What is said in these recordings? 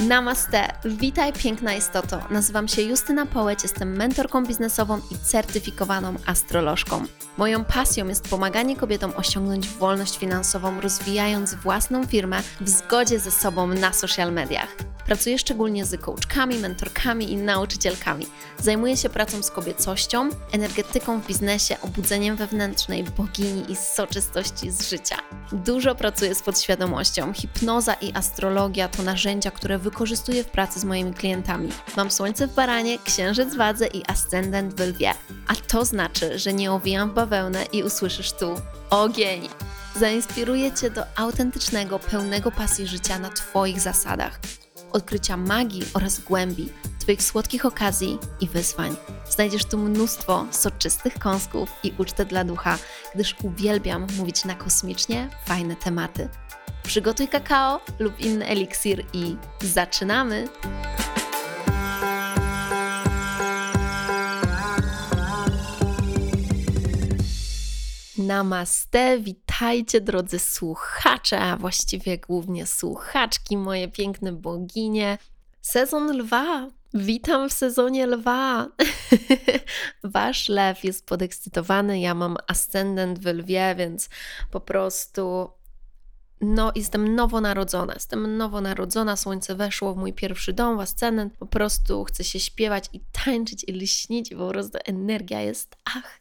Namaste, witaj piękna istoto. Nazywam się Justyna Połeć, jestem mentorką biznesową i certyfikowaną astrolożką. Moją pasją jest pomaganie kobietom osiągnąć wolność finansową, rozwijając własną firmę w zgodzie ze sobą na social mediach. Pracuję szczególnie z coachkami, mentorkami i nauczycielkami. Zajmuję się pracą z kobiecością, energetyką w biznesie, obudzeniem wewnętrznej bogini i soczystości z życia. Dużo pracuję z podświadomością. Hipnoza i astrologia to narzędzia, które wykorzystuję w pracy z moimi klientami. Mam słońce w baranie, księżyc w wadze i ascendent w lwie. A to znaczy, że nie owijam w bawełnę i usłyszysz tu ogień. Zainspiruję Cię do autentycznego, pełnego pasji życia na Twoich zasadach. Odkrycia magii oraz głębi, Twoich słodkich okazji i wyzwań. Znajdziesz tu mnóstwo soczystych kąsków i ucztę dla ducha, gdyż uwielbiam mówić na kosmicznie fajne tematy. Przygotuj kakao lub inny eliksir i zaczynamy! Namaste, witajcie drodzy słuchacze, a właściwie głównie słuchaczki, moje piękne boginie. Sezon lwa, witam w sezonie lwa. Wasz lew jest podekscytowany, ja mam ascendent w lwie, więc po prostu jestem nowonarodzona, słońce weszło w mój pierwszy dom, w ascendent, po prostu chcę się śpiewać i tańczyć i lśnić i po prostu energia jest,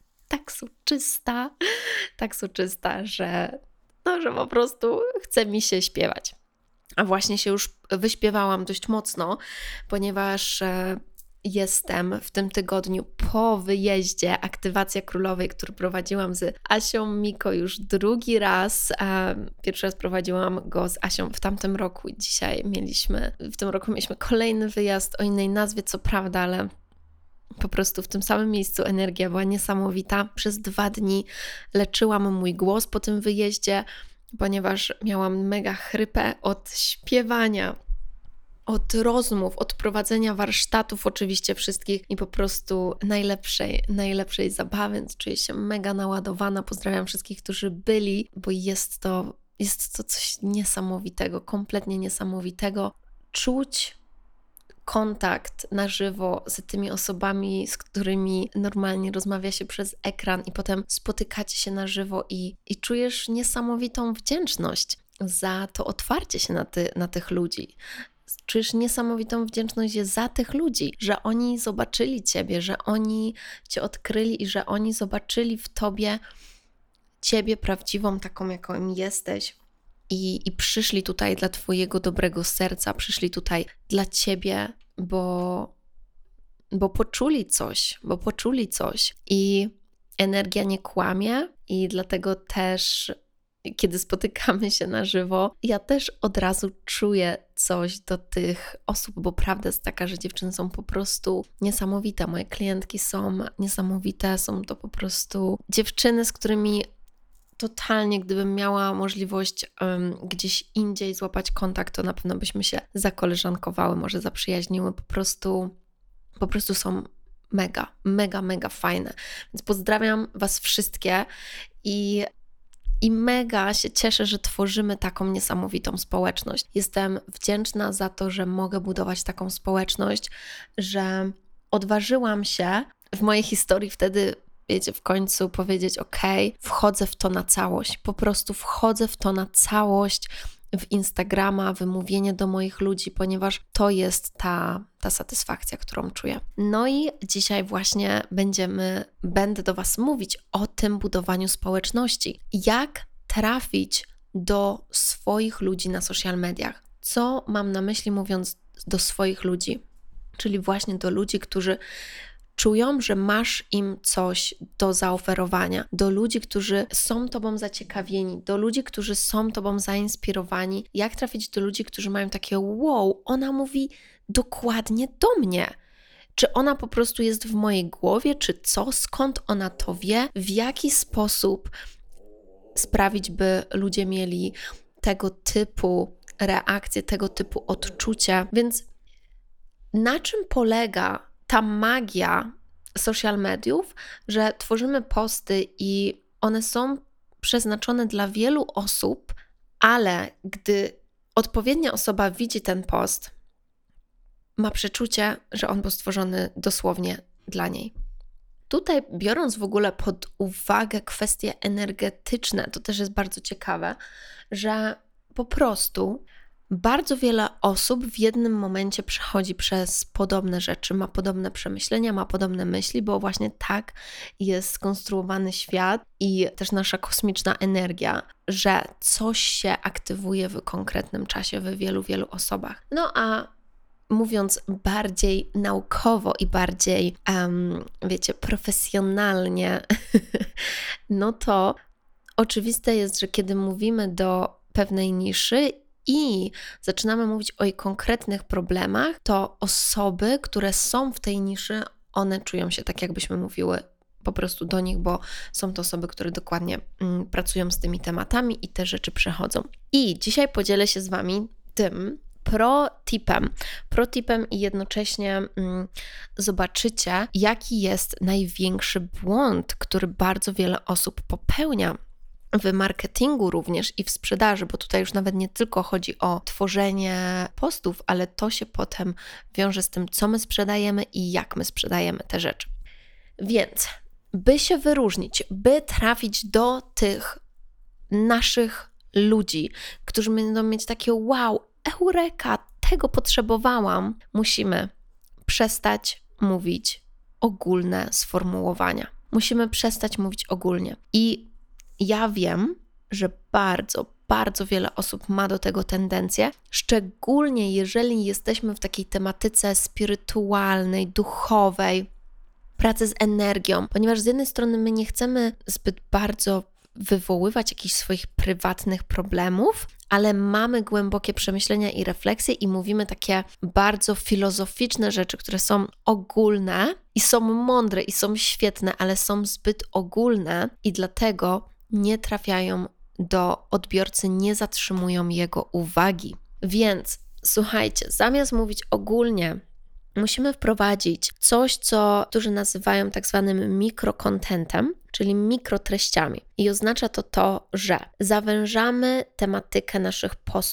tak soczysta, że po prostu chce mi się śpiewać. A właśnie się już wyśpiewałam dość mocno, ponieważ jestem w tym tygodniu po wyjeździe Aktywacja Królowej, który prowadziłam z Asią Miko już drugi raz. Pierwszy raz prowadziłam go z Asią w tamtym roku i w tym roku mieliśmy kolejny wyjazd o innej nazwie, co prawda, ale po prostu w tym samym miejscu energia była niesamowita. Przez 2 dni leczyłam mój głos po tym wyjeździe, ponieważ miałam mega chrypę od śpiewania, od rozmów, od prowadzenia warsztatów oczywiście wszystkich i po prostu najlepszej zabawy, więc czuję się mega naładowana. Pozdrawiam wszystkich, którzy byli, bo jest to coś niesamowitego, kompletnie niesamowitego. Czuć kontakt na żywo z tymi osobami, z którymi normalnie rozmawia się przez ekran i potem spotykacie się na żywo i czujesz niesamowitą wdzięczność za to otwarcie się na tych ludzi. Czujesz niesamowitą wdzięczność za tych ludzi, że oni zobaczyli Ciebie, że oni Cię odkryli i że oni zobaczyli w Tobie Ciebie prawdziwą, taką jaką jesteś. I przyszli tutaj dla Twojego dobrego serca, przyszli tutaj dla Ciebie, bo poczuli coś. I energia nie kłamie i dlatego też, kiedy spotykamy się na żywo, ja też od razu czuję coś do tych osób, bo prawda jest taka, że dziewczyny są po prostu niesamowite. Moje klientki są niesamowite, są to po prostu dziewczyny, z którymi totalnie, gdybym miała możliwość gdzieś indziej złapać kontakt, to na pewno byśmy się zakoleżankowały, może zaprzyjaźniły. Po prostu są mega fajne. Więc pozdrawiam Was wszystkie i mega się cieszę, że tworzymy taką niesamowitą społeczność. Jestem wdzięczna za to, że mogę budować taką społeczność, że odważyłam się w mojej historii wtedy, w końcu powiedzieć wchodzę w to na całość, po prostu wchodzę w to na całość, w Instagrama, wymówienie do moich ludzi, ponieważ to jest ta satysfakcja, którą czuję. No i dzisiaj właśnie będę do Was mówić o tym budowaniu społeczności. Jak trafić do swoich ludzi na social mediach? Co mam na myśli mówiąc do swoich ludzi? Czyli właśnie do ludzi, którzy czują, że masz im coś do zaoferowania, do ludzi, którzy są Tobą zaciekawieni, do ludzi, którzy są Tobą zainspirowani. Jak trafić do ludzi, którzy mają takie wow, ona mówi dokładnie do mnie. Czy ona po prostu jest w mojej głowie, czy co? Skąd ona to wie? W jaki sposób sprawić, by ludzie mieli tego typu reakcje, tego typu odczucia? Więc na czym polega ta magia social mediów, że tworzymy posty i one są przeznaczone dla wielu osób, ale gdy odpowiednia osoba widzi ten post, ma przeczucie, że on był stworzony dosłownie dla niej. Tutaj, biorąc w ogóle pod uwagę kwestie energetyczne, to też jest bardzo ciekawe, że po prostu bardzo wiele osób w jednym momencie przechodzi przez podobne rzeczy, ma podobne przemyślenia, ma podobne myśli, bo właśnie tak jest skonstruowany świat i też nasza kosmiczna energia, że coś się aktywuje w konkretnym czasie w wielu, wielu osobach. No a mówiąc bardziej naukowo i bardziej, profesjonalnie, no to oczywiste jest, że kiedy mówimy do pewnej niszy i zaczynamy mówić o jej konkretnych problemach, to osoby, które są w tej niszy, one czują się tak, jakbyśmy mówiły po prostu do nich, bo są to osoby, które dokładnie pracują z tymi tematami i te rzeczy przechodzą. I dzisiaj podzielę się z Wami tym pro-tipem i jednocześnie zobaczycie, jaki jest największy błąd, który bardzo wiele osób popełnia w marketingu również i w sprzedaży, bo tutaj już nawet nie tylko chodzi o tworzenie postów, ale to się potem wiąże z tym, co my sprzedajemy i jak my sprzedajemy te rzeczy. Więc, by się wyróżnić, by trafić do tych naszych ludzi, którzy będą mieć takie wow, eureka, tego potrzebowałam, musimy przestać mówić ogólne sformułowania. Musimy przestać mówić ogólnie. I ja wiem, że bardzo wiele osób ma do tego tendencję, szczególnie jeżeli jesteśmy w takiej tematyce spirytualnej, duchowej, pracy z energią, ponieważ z jednej strony my nie chcemy zbyt bardzo wywoływać jakichś swoich prywatnych problemów, ale mamy głębokie przemyślenia i refleksje i mówimy takie bardzo filozoficzne rzeczy, które są ogólne i są mądre i są świetne, ale są zbyt ogólne i dlatego nie trafiają do odbiorcy, nie zatrzymują jego uwagi. Więc słuchajcie, zamiast mówić ogólnie, musimy wprowadzić coś, co niektórzy nazywają tak zwanym mikrokontentem, czyli mikrotreściami. I oznacza to, że zawężamy tematykę naszych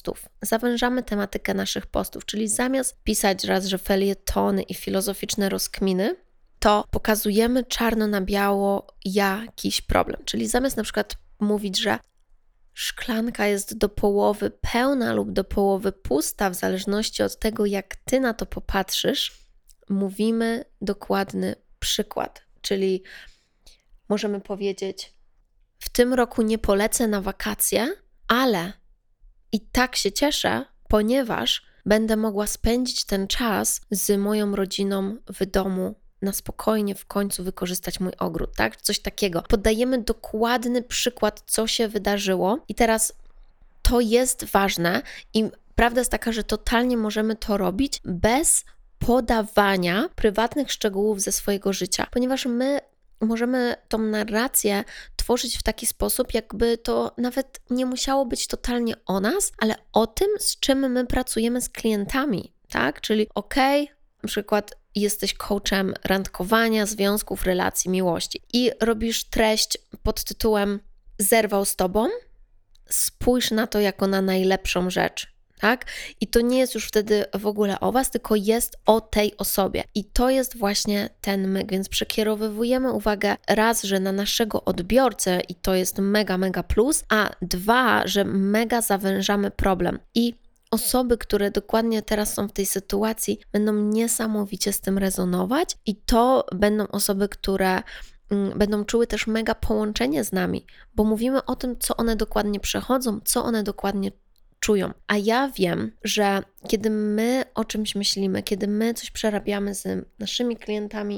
postów. Czyli zamiast pisać raz, że felietony i filozoficzne rozkminy, to pokazujemy czarno na biało jakiś problem. Czyli zamiast na przykład mówić, że szklanka jest do połowy pełna lub do połowy pusta, w zależności od tego, jak ty na to popatrzysz, mówimy dokładny przykład. Czyli możemy powiedzieć, w tym roku nie polecę na wakacje, ale i tak się cieszę, ponieważ będę mogła spędzić ten czas z moją rodziną w domu, na spokojnie w końcu wykorzystać mój ogród, tak? Coś takiego. Podajemy dokładny przykład, co się wydarzyło i teraz to jest ważne i prawda jest taka, że totalnie możemy to robić bez podawania prywatnych szczegółów ze swojego życia, ponieważ my możemy tą narrację tworzyć w taki sposób, jakby to nawet nie musiało być totalnie o nas, ale o tym, z czym my pracujemy z klientami, tak? Czyli na przykład jesteś coachem randkowania, związków, relacji, miłości i robisz treść pod tytułem Zerwał z tobą? Spójrz na to jako na najlepszą rzecz. Tak? I to nie jest już wtedy w ogóle o was, tylko jest o tej osobie. I to jest właśnie ten myk, więc przekierowujemy uwagę raz, że na naszego odbiorcę i to jest mega plus, a dwa, że mega zawężamy problem. I osoby, które dokładnie teraz są w tej sytuacji, będą niesamowicie z tym rezonować i to będą osoby, które będą czuły też mega połączenie z nami, bo mówimy o tym, co one dokładnie przechodzą, co one dokładnie czują. A ja wiem, że kiedy my o czymś myślimy, kiedy my coś przerabiamy z naszymi klientami,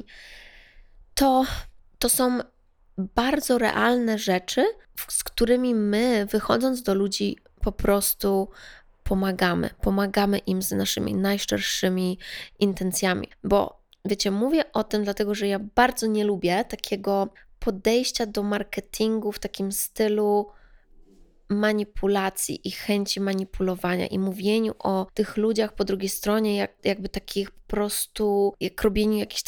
to są bardzo realne rzeczy, z którymi my, wychodząc do ludzi, po prostu pomagamy im z naszymi najszczerszymi intencjami. Bo wiecie, mówię o tym dlatego, że ja bardzo nie lubię takiego podejścia do marketingu w takim stylu manipulacji i chęci manipulowania i mówieniu o tych ludziach po drugiej stronie jakby takich po prostu, jak robieniu jakichś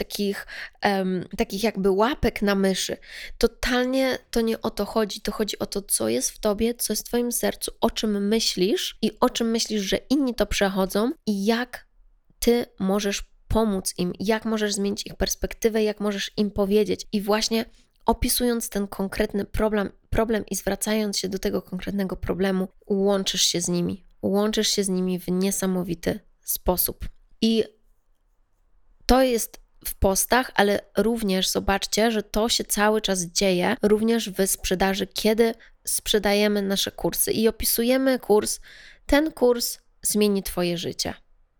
takich jakby łapek na myszy. Totalnie to nie o to chodzi. To chodzi o to, co jest w tobie, co jest w twoim sercu, o czym myślisz i o czym myślisz, że inni to przechodzą i jak ty możesz pomóc im, jak możesz zmienić ich perspektywę, jak możesz im powiedzieć. I właśnie opisując ten konkretny problem i zwracając się do tego konkretnego problemu, łączysz się z nimi w niesamowity sposób. I to jest w postach, ale również zobaczcie, że to się cały czas dzieje, również w sprzedaży, kiedy sprzedajemy nasze kursy i opisujemy kurs. Ten kurs zmieni twoje życie.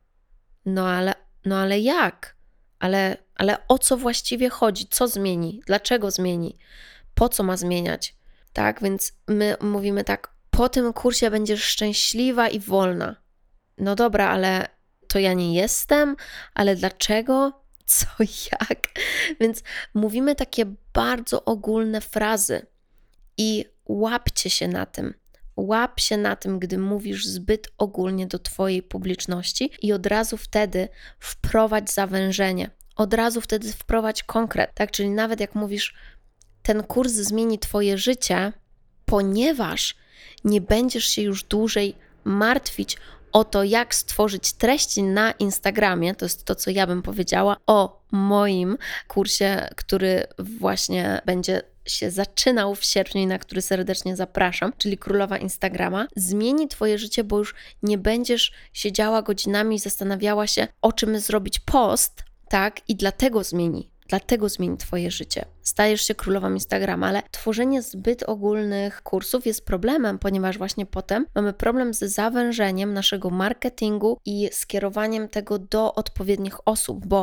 No ale jak? Ale o co właściwie chodzi? Co zmieni? Dlaczego zmieni? Po co ma zmieniać? Tak, więc my mówimy tak, po tym kursie będziesz szczęśliwa i wolna. No dobra, ale to ja nie jestem, ale dlaczego? Co, jak? Więc mówimy takie bardzo ogólne frazy i łapcie się na tym. Łap się na tym, gdy mówisz zbyt ogólnie do twojej publiczności i od razu wtedy wprowadź zawężenie. Od razu wtedy wprowadź konkret, tak? Czyli nawet jak mówisz, ten kurs zmieni twoje życie, ponieważ nie będziesz się już dłużej martwić o to, jak stworzyć treści na Instagramie, to jest to, co ja bym powiedziała o moim kursie, który właśnie będzie się zaczynał w sierpniu i na który serdecznie zapraszam, czyli Królowa Instagrama, zmieni twoje życie, bo już nie będziesz siedziała godzinami i zastanawiała się, o czym zrobić post, tak? I dlatego zmieni twoje życie. Stajesz się królową Instagrama, ale tworzenie zbyt ogólnych kursów jest problemem, ponieważ właśnie potem mamy problem z zawężeniem naszego marketingu i skierowaniem tego do odpowiednich osób, bo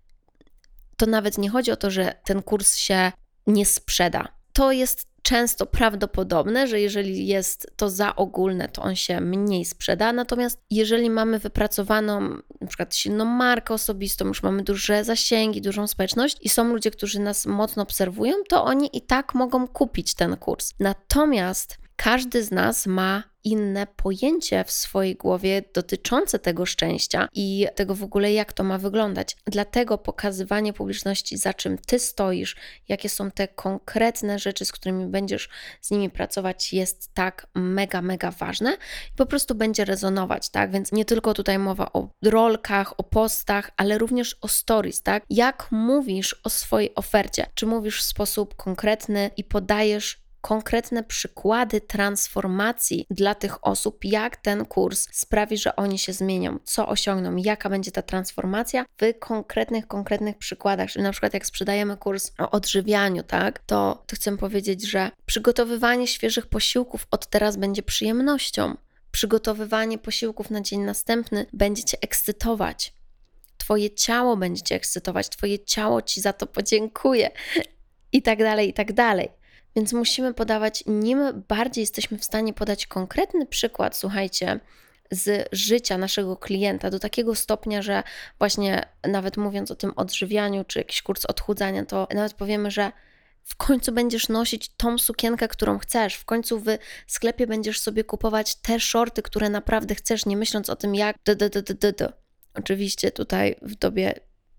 to nawet nie chodzi o to, że ten kurs się nie sprzeda. To jest często prawdopodobne, że jeżeli jest to za ogólne, to on się mniej sprzeda, natomiast jeżeli mamy wypracowaną na przykład silną markę osobistą, już mamy duże zasięgi, dużą społeczność i są ludzie, którzy nas mocno obserwują, to oni i tak mogą kupić ten kurs. Natomiast każdy z nas ma inne pojęcie w swojej głowie dotyczące tego szczęścia i tego w ogóle, jak to ma wyglądać. Dlatego pokazywanie publiczności, za czym ty stoisz, jakie są te konkretne rzeczy, z którymi będziesz z nimi pracować, jest tak mega, mega ważne i po prostu będzie rezonować, tak? Więc nie tylko tutaj mowa o rolkach, o postach, ale również o stories, tak? Jak mówisz o swojej ofercie? Czy mówisz w sposób konkretny i podajesz konkretne przykłady transformacji dla tych osób, jak ten kurs sprawi, że oni się zmienią, co osiągną, jaka będzie ta transformacja w konkretnych przykładach. Czyli na przykład jak sprzedajemy kurs o odżywianiu, tak, to chcę powiedzieć, że przygotowywanie świeżych posiłków od teraz będzie przyjemnością. Przygotowywanie posiłków na dzień następny będzie cię ekscytować. Twoje ciało będzie cię ekscytować, twoje ciało ci za to podziękuje i tak dalej, i tak dalej. Więc musimy podawać, im bardziej jesteśmy w stanie podać konkretny przykład, słuchajcie, z życia naszego klienta do takiego stopnia, że właśnie nawet mówiąc o tym odżywianiu czy jakiś kurs odchudzania, to nawet powiemy, że w końcu będziesz nosić tą sukienkę, którą chcesz, w końcu w sklepie będziesz sobie kupować te shorty, które naprawdę chcesz, nie myśląc o tym, jak Oczywiście tutaj w dobie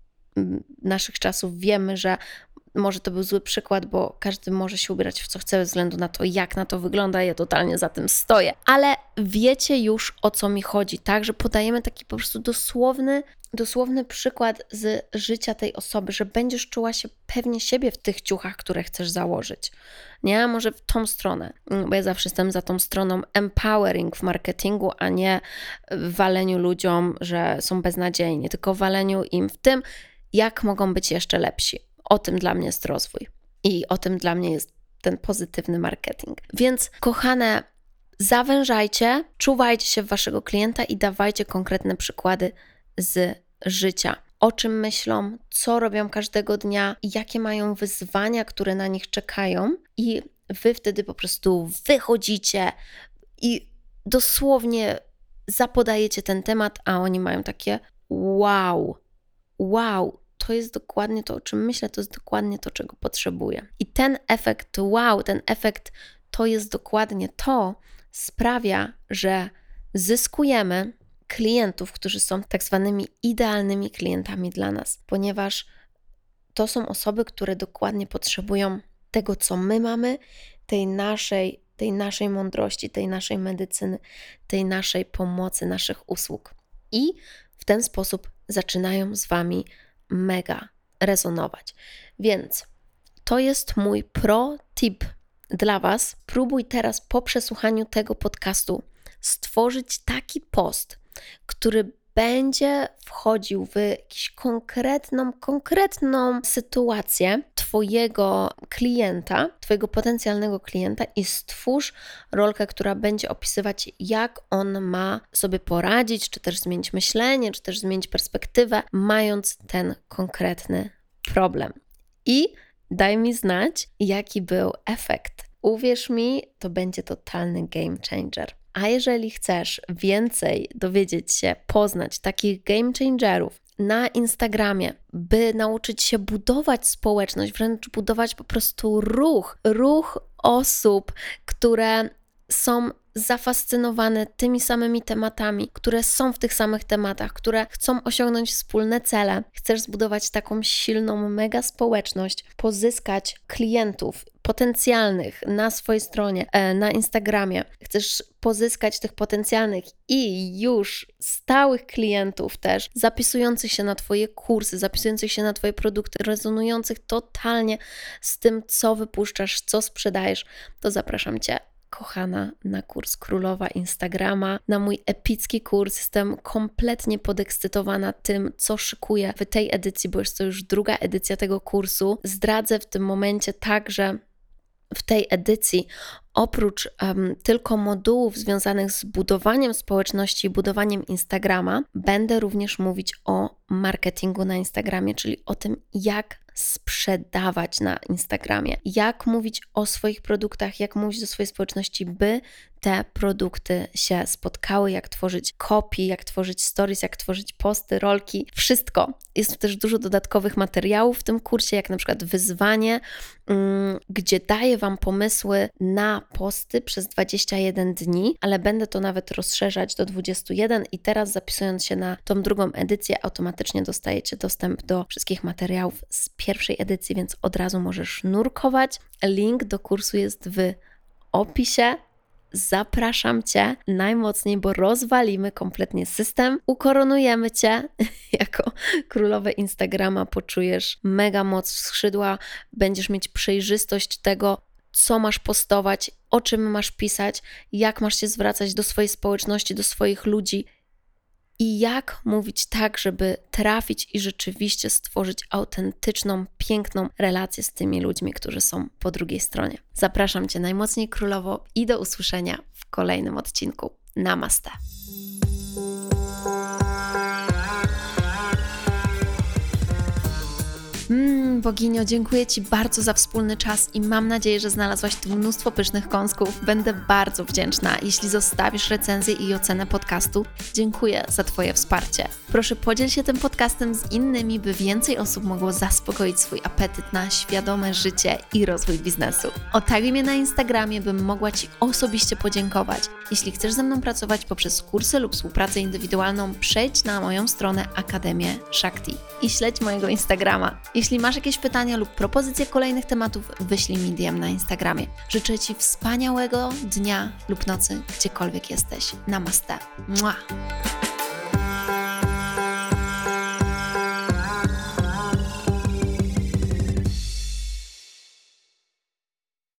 naszych czasów wiemy, że może to był zły przykład, bo każdy może się ubierać w co chce, bez względu na to, jak na to wygląda. Ja totalnie za tym stoję. Ale wiecie już, o co mi chodzi, tak? Że podajemy taki po prostu dosłowny przykład z życia tej osoby, że będziesz czuła się pewnie siebie w tych ciuchach, które chcesz założyć. Nie? Może w tą stronę, bo ja zawsze jestem za tą stroną empowering w marketingu, a nie w waleniu ludziom, że są beznadziejni, tylko w waleniu im w tym, jak mogą być jeszcze lepsi. O tym dla mnie jest rozwój i o tym dla mnie jest ten pozytywny marketing. Więc kochane, zawężajcie, czuwajcie się w waszego klienta i dawajcie konkretne przykłady z życia. O czym myślą, co robią każdego dnia, jakie mają wyzwania, które na nich czekają i wy wtedy po prostu wychodzicie i dosłownie zapodajecie ten temat, a oni mają takie wow, to jest dokładnie to, o czym myślę, to jest dokładnie to, czego potrzebuję. I ten efekt wow, ten efekt to jest dokładnie to, sprawia, że zyskujemy klientów, którzy są tak zwanymi idealnymi klientami dla nas, ponieważ to są osoby, które dokładnie potrzebują tego, co my mamy, tej naszej mądrości, tej naszej medycyny, tej naszej pomocy, naszych usług. I w ten sposób zaczynają z Wami mega rezonować. Więc to jest mój pro tip dla Was. Próbuj teraz po przesłuchaniu tego podcastu stworzyć taki post, który będzie wchodził w jakąś konkretną sytuację Twojego klienta, Twojego potencjalnego klienta i stwórz rolkę, która będzie opisywać, jak on ma sobie poradzić, czy też zmienić myślenie, czy też zmienić perspektywę, mając ten konkretny problem. I daj mi znać, jaki był efekt. Uwierz mi, to będzie totalny game changer. A jeżeli chcesz więcej dowiedzieć się, poznać takich game changerów na Instagramie, by nauczyć się budować społeczność, wręcz budować po prostu ruch osób, które są zafascynowane tymi samymi tematami, które są w tych samych tematach, które chcą osiągnąć wspólne cele. Chcesz zbudować taką silną mega społeczność, pozyskać klientów potencjalnych na swojej stronie, na Instagramie. Chcesz pozyskać tych potencjalnych i już stałych klientów też, zapisujących się na Twoje kursy, zapisujących się na Twoje produkty, rezonujących totalnie z tym, co wypuszczasz, co sprzedajesz, to zapraszam Cię, kochana, na kurs Królowa Instagrama, na mój epicki kurs. Jestem kompletnie podekscytowana tym, co szykuję w tej edycji, bo jest to już druga edycja tego kursu. Zdradzę w tym momencie także w tej edycji, oprócz tylko modułów związanych z budowaniem społeczności i budowaniem Instagrama, będę również mówić o marketingu na Instagramie, czyli o tym, jak sprzedawać na Instagramie, jak mówić o swoich produktach, jak mówić do swojej społeczności, by te produkty się spotkały, jak tworzyć copy, jak tworzyć stories, jak tworzyć posty, rolki, wszystko. Jest też dużo dodatkowych materiałów w tym kursie, jak na przykład wyzwanie, gdzie daję Wam pomysły na posty przez 21 dni, ale będę to nawet rozszerzać do 21 i teraz zapisując się na tą drugą edycję, automatycznie dostajecie dostęp do wszystkich materiałów z pierwszej edycji, więc od razu możesz nurkować. Link do kursu jest w opisie. Zapraszam Cię najmocniej, bo rozwalimy kompletnie system, ukoronujemy Cię jako królowę Instagrama, poczujesz mega moc w skrzydła, będziesz mieć przejrzystość tego, co masz postować, o czym masz pisać, jak masz się zwracać do swojej społeczności, do swoich ludzi i jak mówić tak, żeby trafić i rzeczywiście stworzyć autentyczną, piękną relację z tymi ludźmi, którzy są po drugiej stronie. Zapraszam Cię najmocniej, królowo, i do usłyszenia w kolejnym odcinku. Namaste. Boginio, dziękuję Ci bardzo za wspólny czas i mam nadzieję, że znalazłaś tu mnóstwo pysznych kąsków. Będę bardzo wdzięczna, jeśli zostawisz recenzję i ocenę podcastu. Dziękuję za Twoje wsparcie. Proszę, podziel się tym podcastem z innymi, by więcej osób mogło zaspokoić swój apetyt na świadome życie i rozwój biznesu. Otaguj mnie na Instagramie, bym mogła Ci osobiście podziękować. Jeśli chcesz ze mną pracować poprzez kursy lub współpracę indywidualną, przejdź na moją stronę Akademię Shakti i śledź mojego Instagrama. Jeśli masz jakieś pytania lub propozycje kolejnych tematów, wyślij mi DM na Instagramie. Życzę Ci wspaniałego dnia lub nocy, gdziekolwiek jesteś. Namaste. Mua.